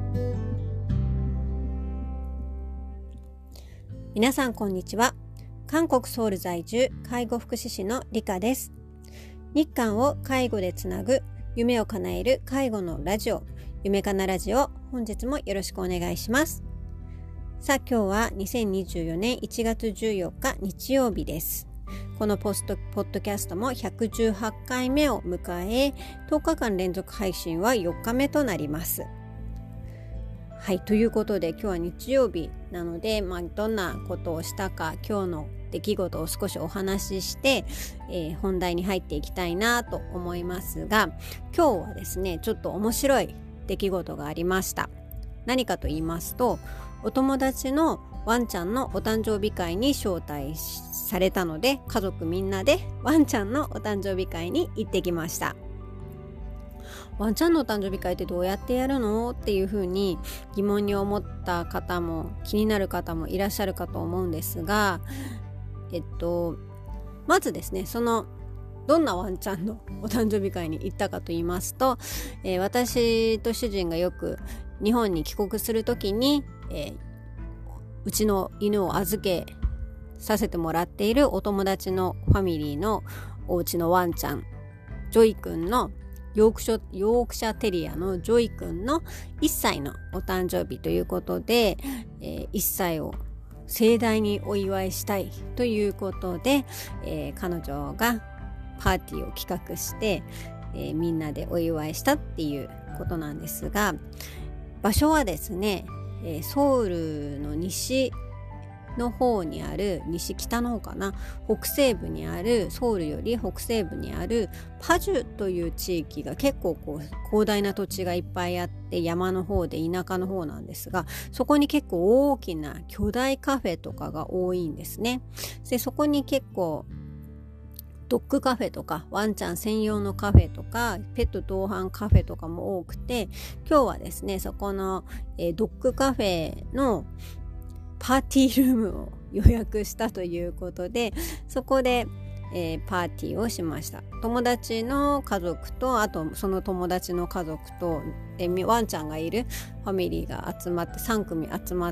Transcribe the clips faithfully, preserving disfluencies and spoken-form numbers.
皆さんこんにちは。韓国ソウル在住介護福祉士のリカです。日韓を介護でつなぐ夢を叶える介護のラジオ、夢かなラジオ、本日もよろしくお願いします。さあ今日はにせんにじゅうよねんいちがつじゅうよっか日曜日です。このポストポッドキャストもひゃくじゅうはちかいめを迎え、とおかかん連続配信はよっかめとなります。はい、ということで今日は日曜日なので、まあ、どんなことをしたか今日の出来事を少しお話しして、えー、本題に入っていきたいなと思いますが、今日はですねちょっと面白い出来事がありました。何かと言いますと、お友達のワンちゃんのお誕生日会に招待されたので、家族みんなでワンちゃんのお誕生日会に行ってきました。ワンちゃんのお誕生日会ってどうやってやるのっていうふうに疑問に思った方も気になる方もいらっしゃるかと思うんですが、えっとまずですね、そのどんなワンちゃんのお誕生日会に行ったかと言いますと、えー、私と主人がよく日本に帰国するときに、えー、うちの犬を預けさせてもらっているお友達のファミリーのお家のワンちゃん、ジョイくんのヨークシャ、ヨークシャテリアのジョイくんのいっさいのお誕生日ということで、えー、いっさいを盛大にお祝いしたいということで、えー、彼女がパーティーを企画して、えー、みんなでお祝いしたっていうことなんですが、場所はですね、えー、ソウルの西の方にある、西北の方かな、北西部にある、ソウルより北西部にあるパジュという地域が結構こう広大な土地がいっぱいあって、山の方で田舎の方なんですが、そこに結構大きな巨大カフェとかが多いんですね。でそこに結構ドッグカフェとかワンちゃん専用のカフェとかペット同伴カフェとかも多くて、今日はですねそこの、えー、ドッグカフェのパーティールームを予約したということで、そこで、えー、パーティーをしました。友達の家族と、あとその友達の家族と、えー、ワンちゃんがいるファミリーが集まってさんくみ集まって、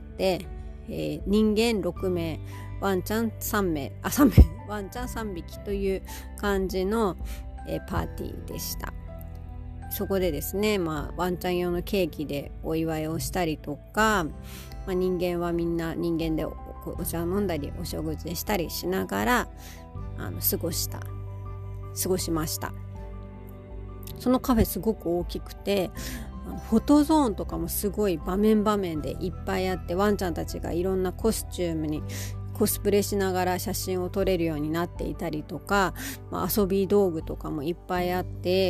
えー、人間ろくめい、ワンちゃんさんめい、あさんめい、ワンちゃんさんびきという感じの、えー、パーティーでした。そこでですね、まあ、ワンちゃん用のケーキでお祝いをしたりとか、まあ、人間はみんな人間で お, お茶を飲んだりお食事したりしながらあの過ごした過ごしました。そのカフェすごく大きくて、あのフォトゾーンとかもすごい場面場面でいっぱいあって、ワンちゃんたちがいろんなコスチュームにコスプレしながら写真を撮れるようになっていたりとか、まあ、遊び道具とかもいっぱいあって、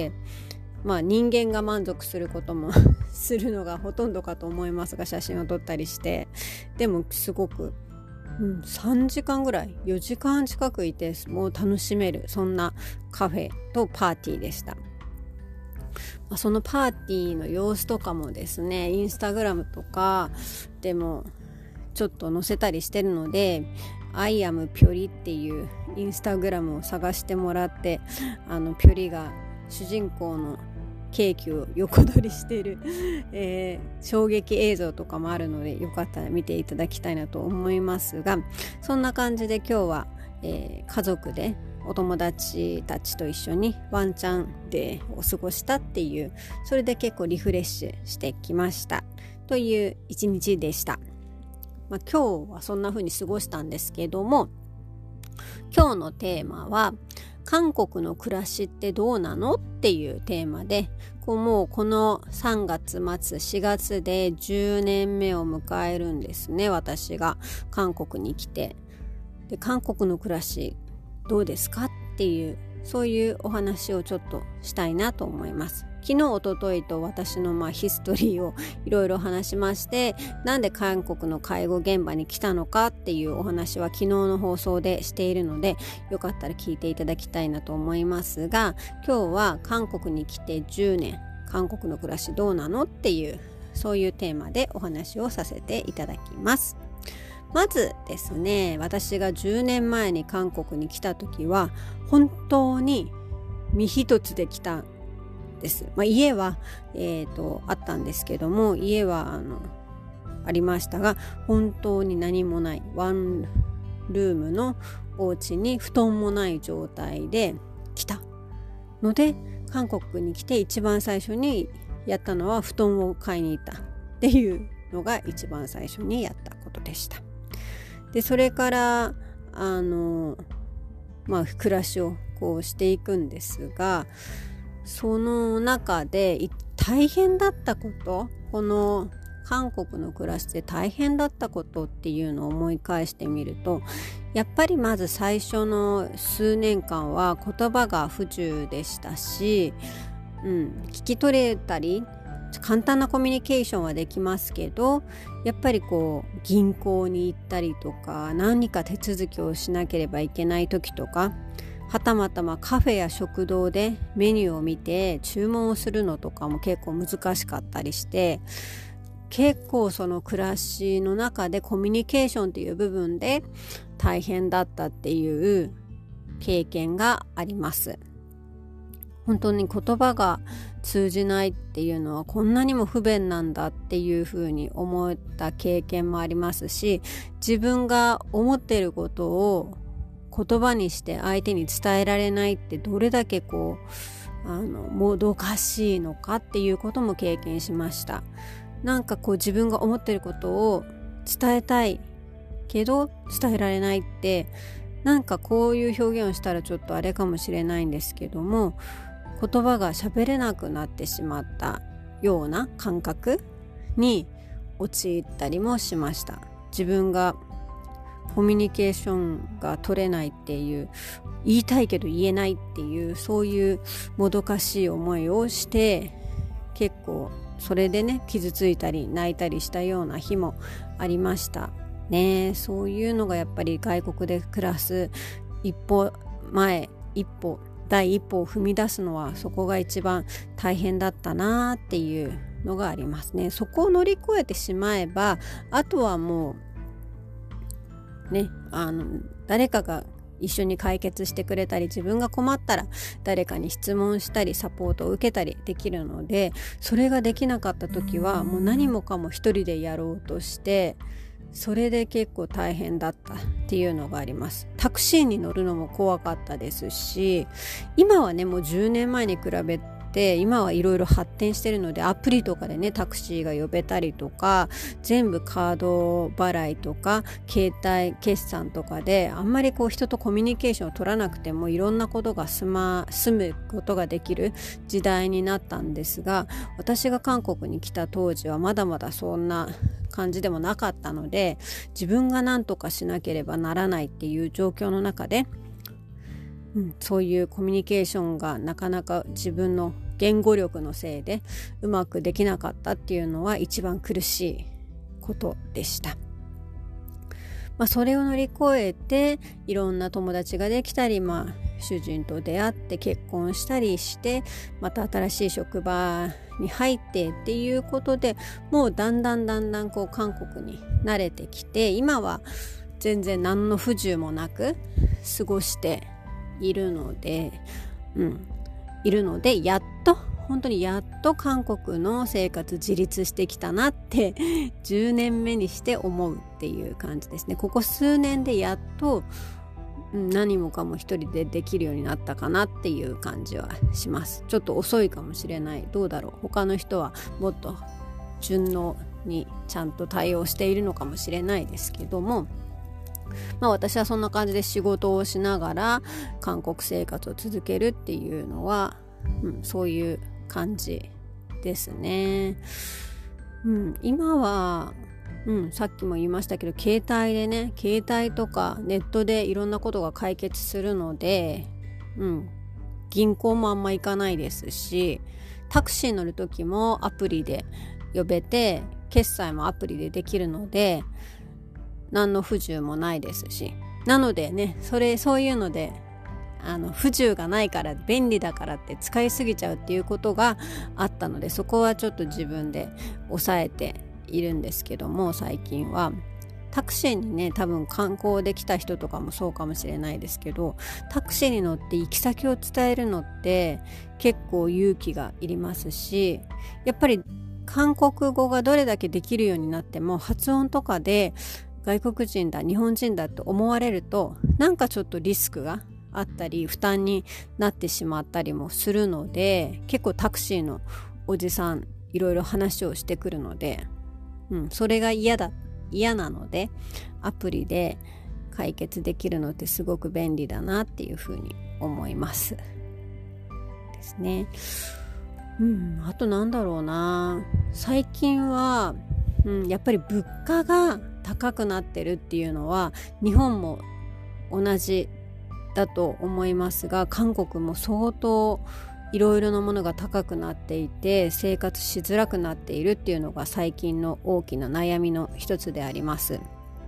まあ、人間が満足することもするのがほとんどかと思いますが、写真を撮ったりして、でもすごく、うん、さんじかんぐらいよじかん近くいてもう楽しめる、そんなカフェとパーティーでした。まあ、そのパーティーの様子とかもですね、インスタグラムとかでもちょっと載せたりしてるので、アイアムピョリっていうインスタグラムを探してもらって、あのピョリが主人公のケーキを横取りしている、えー、衝撃映像とかもあるので、よかったら見ていただきたいなと思いますが、そんな感じで今日は、えー、家族でお友達たちと一緒にワンちゃんデーを過ごしたっていう、それで結構リフレッシュしてきましたという一日でした。まあ、今日はそんな風に過ごしたんですけども、今日のテーマは韓国の暮らしってどうなのっていうテーマで、こうもうこのさんがつまつしがつでじゅうねんめを迎えるんですね、私が韓国に来て。で、韓国の暮らしどうですかっていう、そういうお話をちょっとしたいなと思います。昨日おとといと私のまあヒストリーをいろいろ話しまして、なんで韓国の介護現場に来たのかっていうお話は昨日の放送でしているので、よかったら聞いていただきたいなと思いますが、今日は韓国に来てじゅうねん、韓国の暮らしどうなのっていう、そういうテーマでお話をさせていただきます。まずですね、私がじゅうねんまえに韓国に来た時は本当に身一つで来たです。まあ、家は、えーと、あったんですけども、家はあのありましたが、本当に何もないワンルームのお家に布団もない状態で来たので、韓国に来て一番最初にやったのは布団を買いに行ったっていうのが一番最初にやったことでした。でそれからあのまあ暮らしをこうしていくんですが、その中で大変だったこと、この韓国の暮らしで大変だったことっていうのを思い返してみると、やっぱりまず最初の数年間は言葉が不自由でしたし、うん、聞き取れたり簡単なコミュニケーションはできますけど、やっぱりこう銀行に行ったりとか何か手続きをしなければいけない時とか、はたまたまカフェや食堂でメニューを見て注文をするのとかも結構難しかったりして、結構その暮らしの中でコミュニケーションっていう部分で大変だったっていう経験があります。本当に言葉が通じないっていうのはこんなにも不便なんだっていうふうに思った経験もありますし、自分が思っていることを言葉にして相手に伝えられないってどれだけこうあのもどかしいのかっていうことも経験しました。なんかこう自分が思っていることを伝えたいけど伝えられないって、なんかこういう表現をしたらちょっとあれかもしれないんですけども、言葉が喋れなくなってしまったような感覚に陥ったりもしました。自分がコミュニケーションが取れないっていう、言いたいけど言えないっていう、そういうもどかしい思いをして、結構それでね傷ついたり泣いたりしたような日もありましたね。そういうのがやっぱり外国で暮らす一歩前一歩第一歩を踏み出すのは、そこが一番大変だったなっていうのがありますね。そこを乗り越えてしまえば、あとはもうね、あの誰かが一緒に解決してくれたり、自分が困ったら誰かに質問したりサポートを受けたりできるので、それができなかった時はもう何もかも一人でやろうとして、それで結構大変だったっていうのがあります。タクシーに乗るのも怖かったですし、今はねもうじゅうねんまえに比べて今はいろいろ発展してるので、アプリとかでねタクシーが呼べたりとか、全部カード払いとか携帯決済とかで、あんまりこう人とコミュニケーションを取らなくてもいろんなことが済ま済むことができる時代になったんですが、私が韓国に来た当時はまだまだそんな感じでもなかったので、自分が何とかしなければならないっていう状況の中で、うん、そういうコミュニケーションがなかなか自分の言語力のせいでうまくできなかったっていうのは一番苦しいことでした。まあ、それを乗り越えていろんな友達ができたり、まあ、主人と出会って結婚したりして、また新しい職場に入ってっていうことで、もうだんだんだんだんこう韓国に慣れてきて、今は全然何の不自由もなく過ごしているので、うん、いるのでやっと本当にやっと韓国の生活自立してきたなってじゅうねんめにして思うっていう感じですね。ここ数年でやっと何もかも一人でできるようになったかなっていう感じはします。ちょっと遅いかもしれない。どうだろう、他の人はもっと順応にちゃんと対応しているのかもしれないですけども、まあ私はそんな感じで仕事をしながら韓国生活を続けるっていうのは、うん、そういう感じですね。うん、今は、うん、さっきも言いましたけど、携帯でね、携帯とかネットでいろんなことが解決するので、うん、銀行もあんま行かないですし、タクシー乗る時もアプリで呼べて、決済もアプリでできるので何の不自由もないですし、なのでね、それそういうのであの不自由がないから便利だからって使いすぎちゃうっていうことがあったので、そこはちょっと自分で抑えているんですけども、最近はタクシーにね多分観光できた人とかもそうかもしれないですけど、タクシーに乗って行き先を伝えるのって結構勇気がいりますし、やっぱり韓国語がどれだけできるようになっても発音とかで外国人だ日本人だと思われるとなんかちょっとリスクがあったり負担になってしまったりもするので、結構タクシーのおじさんいろいろ話をしてくるので、うん、それが嫌だ嫌なのでアプリで解決できるのってすごく便利だなっていうふうに思いますですね。うん、あとなんだろうな、最近は、うん、やっぱり物価が高くなってるっていうのは日本も同じだと思いますが、韓国も相当いろいろなものが高くなっていて生活しづらくなっているっていうのが最近の大きな悩みの一つであります。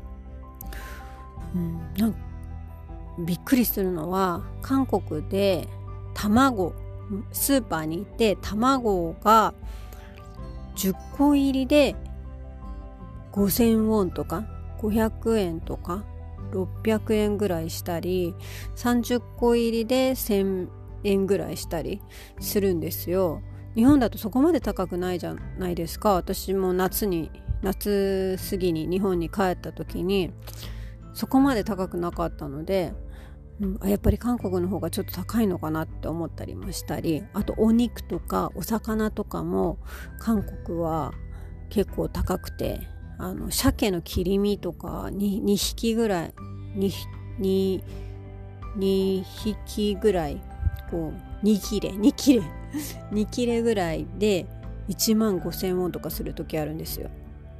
うん、なんかびっくりするのは、韓国で卵スーパーに行って卵がじゅっこ入りでごせんウォンとかごひゃくえんとかろっぴゃくえんぐらいしたり、さんじゅっこ入りでせんえんぐらいしたりするんですよ。日本だとそこまで高くないじゃないですか。私も夏に夏過ぎに日本に帰った時にそこまで高くなかったので、うん、やっぱり韓国の方がちょっと高いのかなって思ったりもしたり、あとお肉とかお魚とかも韓国は結構高くて、あの鮭の切り身とか に, にひきぐらい 2, 2, にひきぐらいこうに切れ2切れに切れぐらいでいちまんごせんウォンとかする時あるんですよ。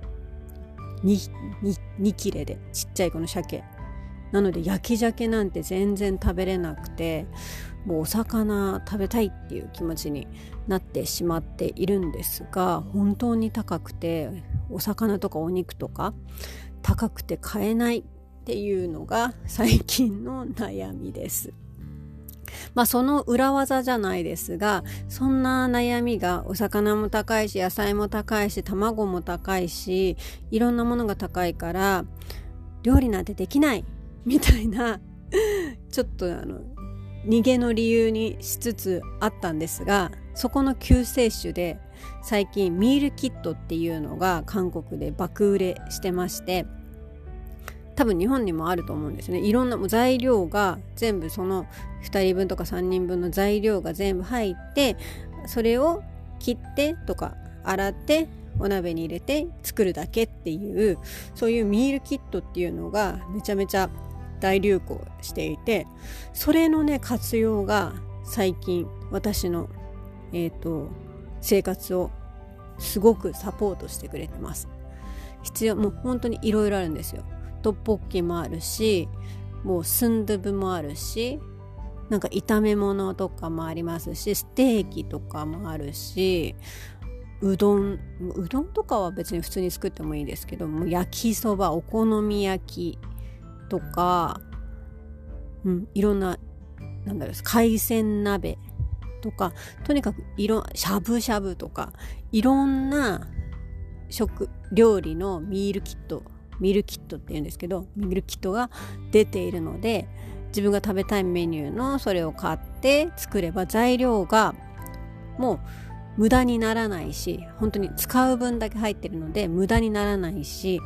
2, 2, 2切れでちっちゃいこの鮭なので、焼き鮭なんて全然食べれなくて、もうお魚食べたいっていう気持ちになってしまっているんですが、本当に高くてお魚とかお肉とか高くて買えないっていうのが最近の悩みです。まあその裏技じゃないですが、そんな悩みがお魚も高いし野菜も高いし卵も高いしいろんなものが高いから料理なんてできないみたいなちょっとあの逃げの理由にしつつあったんですが、そこの救世主で最近ミールキットっていうのが韓国で爆売れしてまして、多分日本にもあると思うんですね。いろんなもう材料が全部そのふたりぶんとかさんにんぶんの材料が全部入って、それを切ってとか洗ってお鍋に入れて作るだけっていう、そういうミールキットっていうのがめちゃめちゃ大流行していて、それのね活用が最近私の、えーと、生活をすごくサポートしてくれてます。必要もう本当にいろいろあるんですよ。トッポッキもあるし、もうスンドゥブもあるし、なんか炒め物とかもありますし、ステーキとかもあるし、うどんうどんとかは別に普通に作ってもいいですけども、焼きそば、お好み焼きとか、うん、いろんななんだろう海鮮鍋とか、とにかくいろしゃぶしゃぶとかいろんな食料理のミールキットミールキットって言うんですけど、ミールキットが出ているので、自分が食べたいメニューのそれを買って作れば材料がもう無駄にならないし、本当に使う分だけ入ってるので無駄にならないし、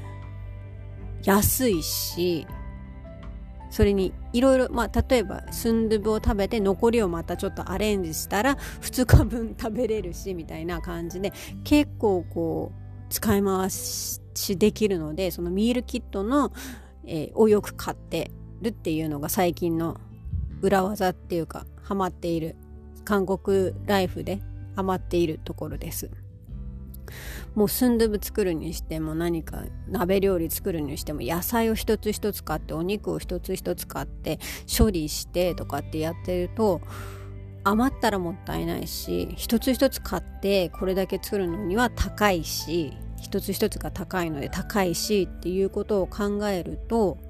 安いし、それにいろいろ、まあ例えばスンドゥブを食べて残りをまたちょっとアレンジしたらふつかぶん食べれるしみたいな感じで、結構こう使い回しできるので、そのミールキットの、えー、をよく買ってるっていうのが最近の裏技っていうか、ハマっている、韓国ライフでハマっているところです。もうスンドゥブ作るにしても何か鍋料理作るにしても、野菜を一つ一つ買ってお肉を一つ一つ買って処理してとかってやってると余ったらもったいないし、一つ一つ買ってこれだけ作るのには高いし、一つ一つが高いので高いしっていうことを考えると、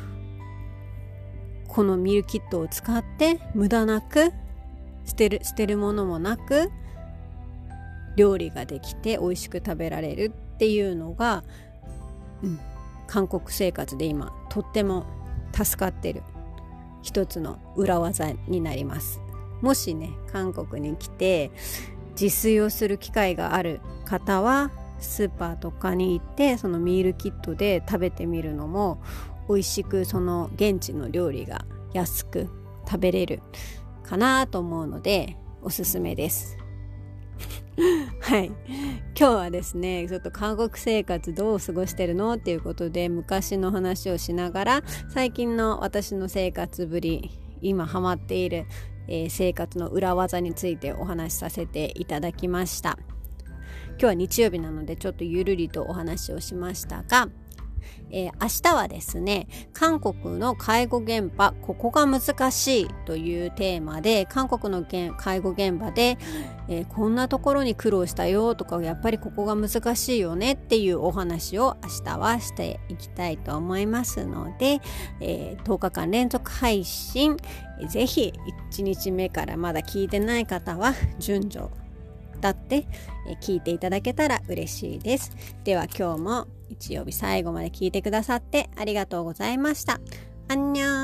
このミールキットを使って無駄なく捨てる捨てるものもなく料理ができて美味しく食べられるっていうのが、うん、 韓国生活で今とっても助かってる一つの裏技になります。もしね韓国に来て自炊をする機会がある方はスーパーとかに行ってそのミールキットで食べてみるのも美味しく、その現地の料理が安く食べれるかなと思うのでおすすめですはい、今日はですねちょっと韓国生活どう過ごしてるのっていうことで昔の話をしながら最近の私の生活ぶり、今ハマっている、えー、生活の裏技についてお話しさせていただきました。今日は日曜日なのでちょっとゆるりとお話をしましたが、えー、明日はですね韓国の介護現場ここが難しいというテーマで、韓国の介護現場で、えー、こんなところに苦労したよとか、やっぱりここが難しいよねっていうお話を明日はしていきたいと思いますので、えー、とおかかん連続配信、えー、ぜひいちにちめからまだ聞いてない方は順序だって聞いていただけたら嬉しいです。では今日も日曜日最後まで聞いてくださってありがとうございました。アンニョン。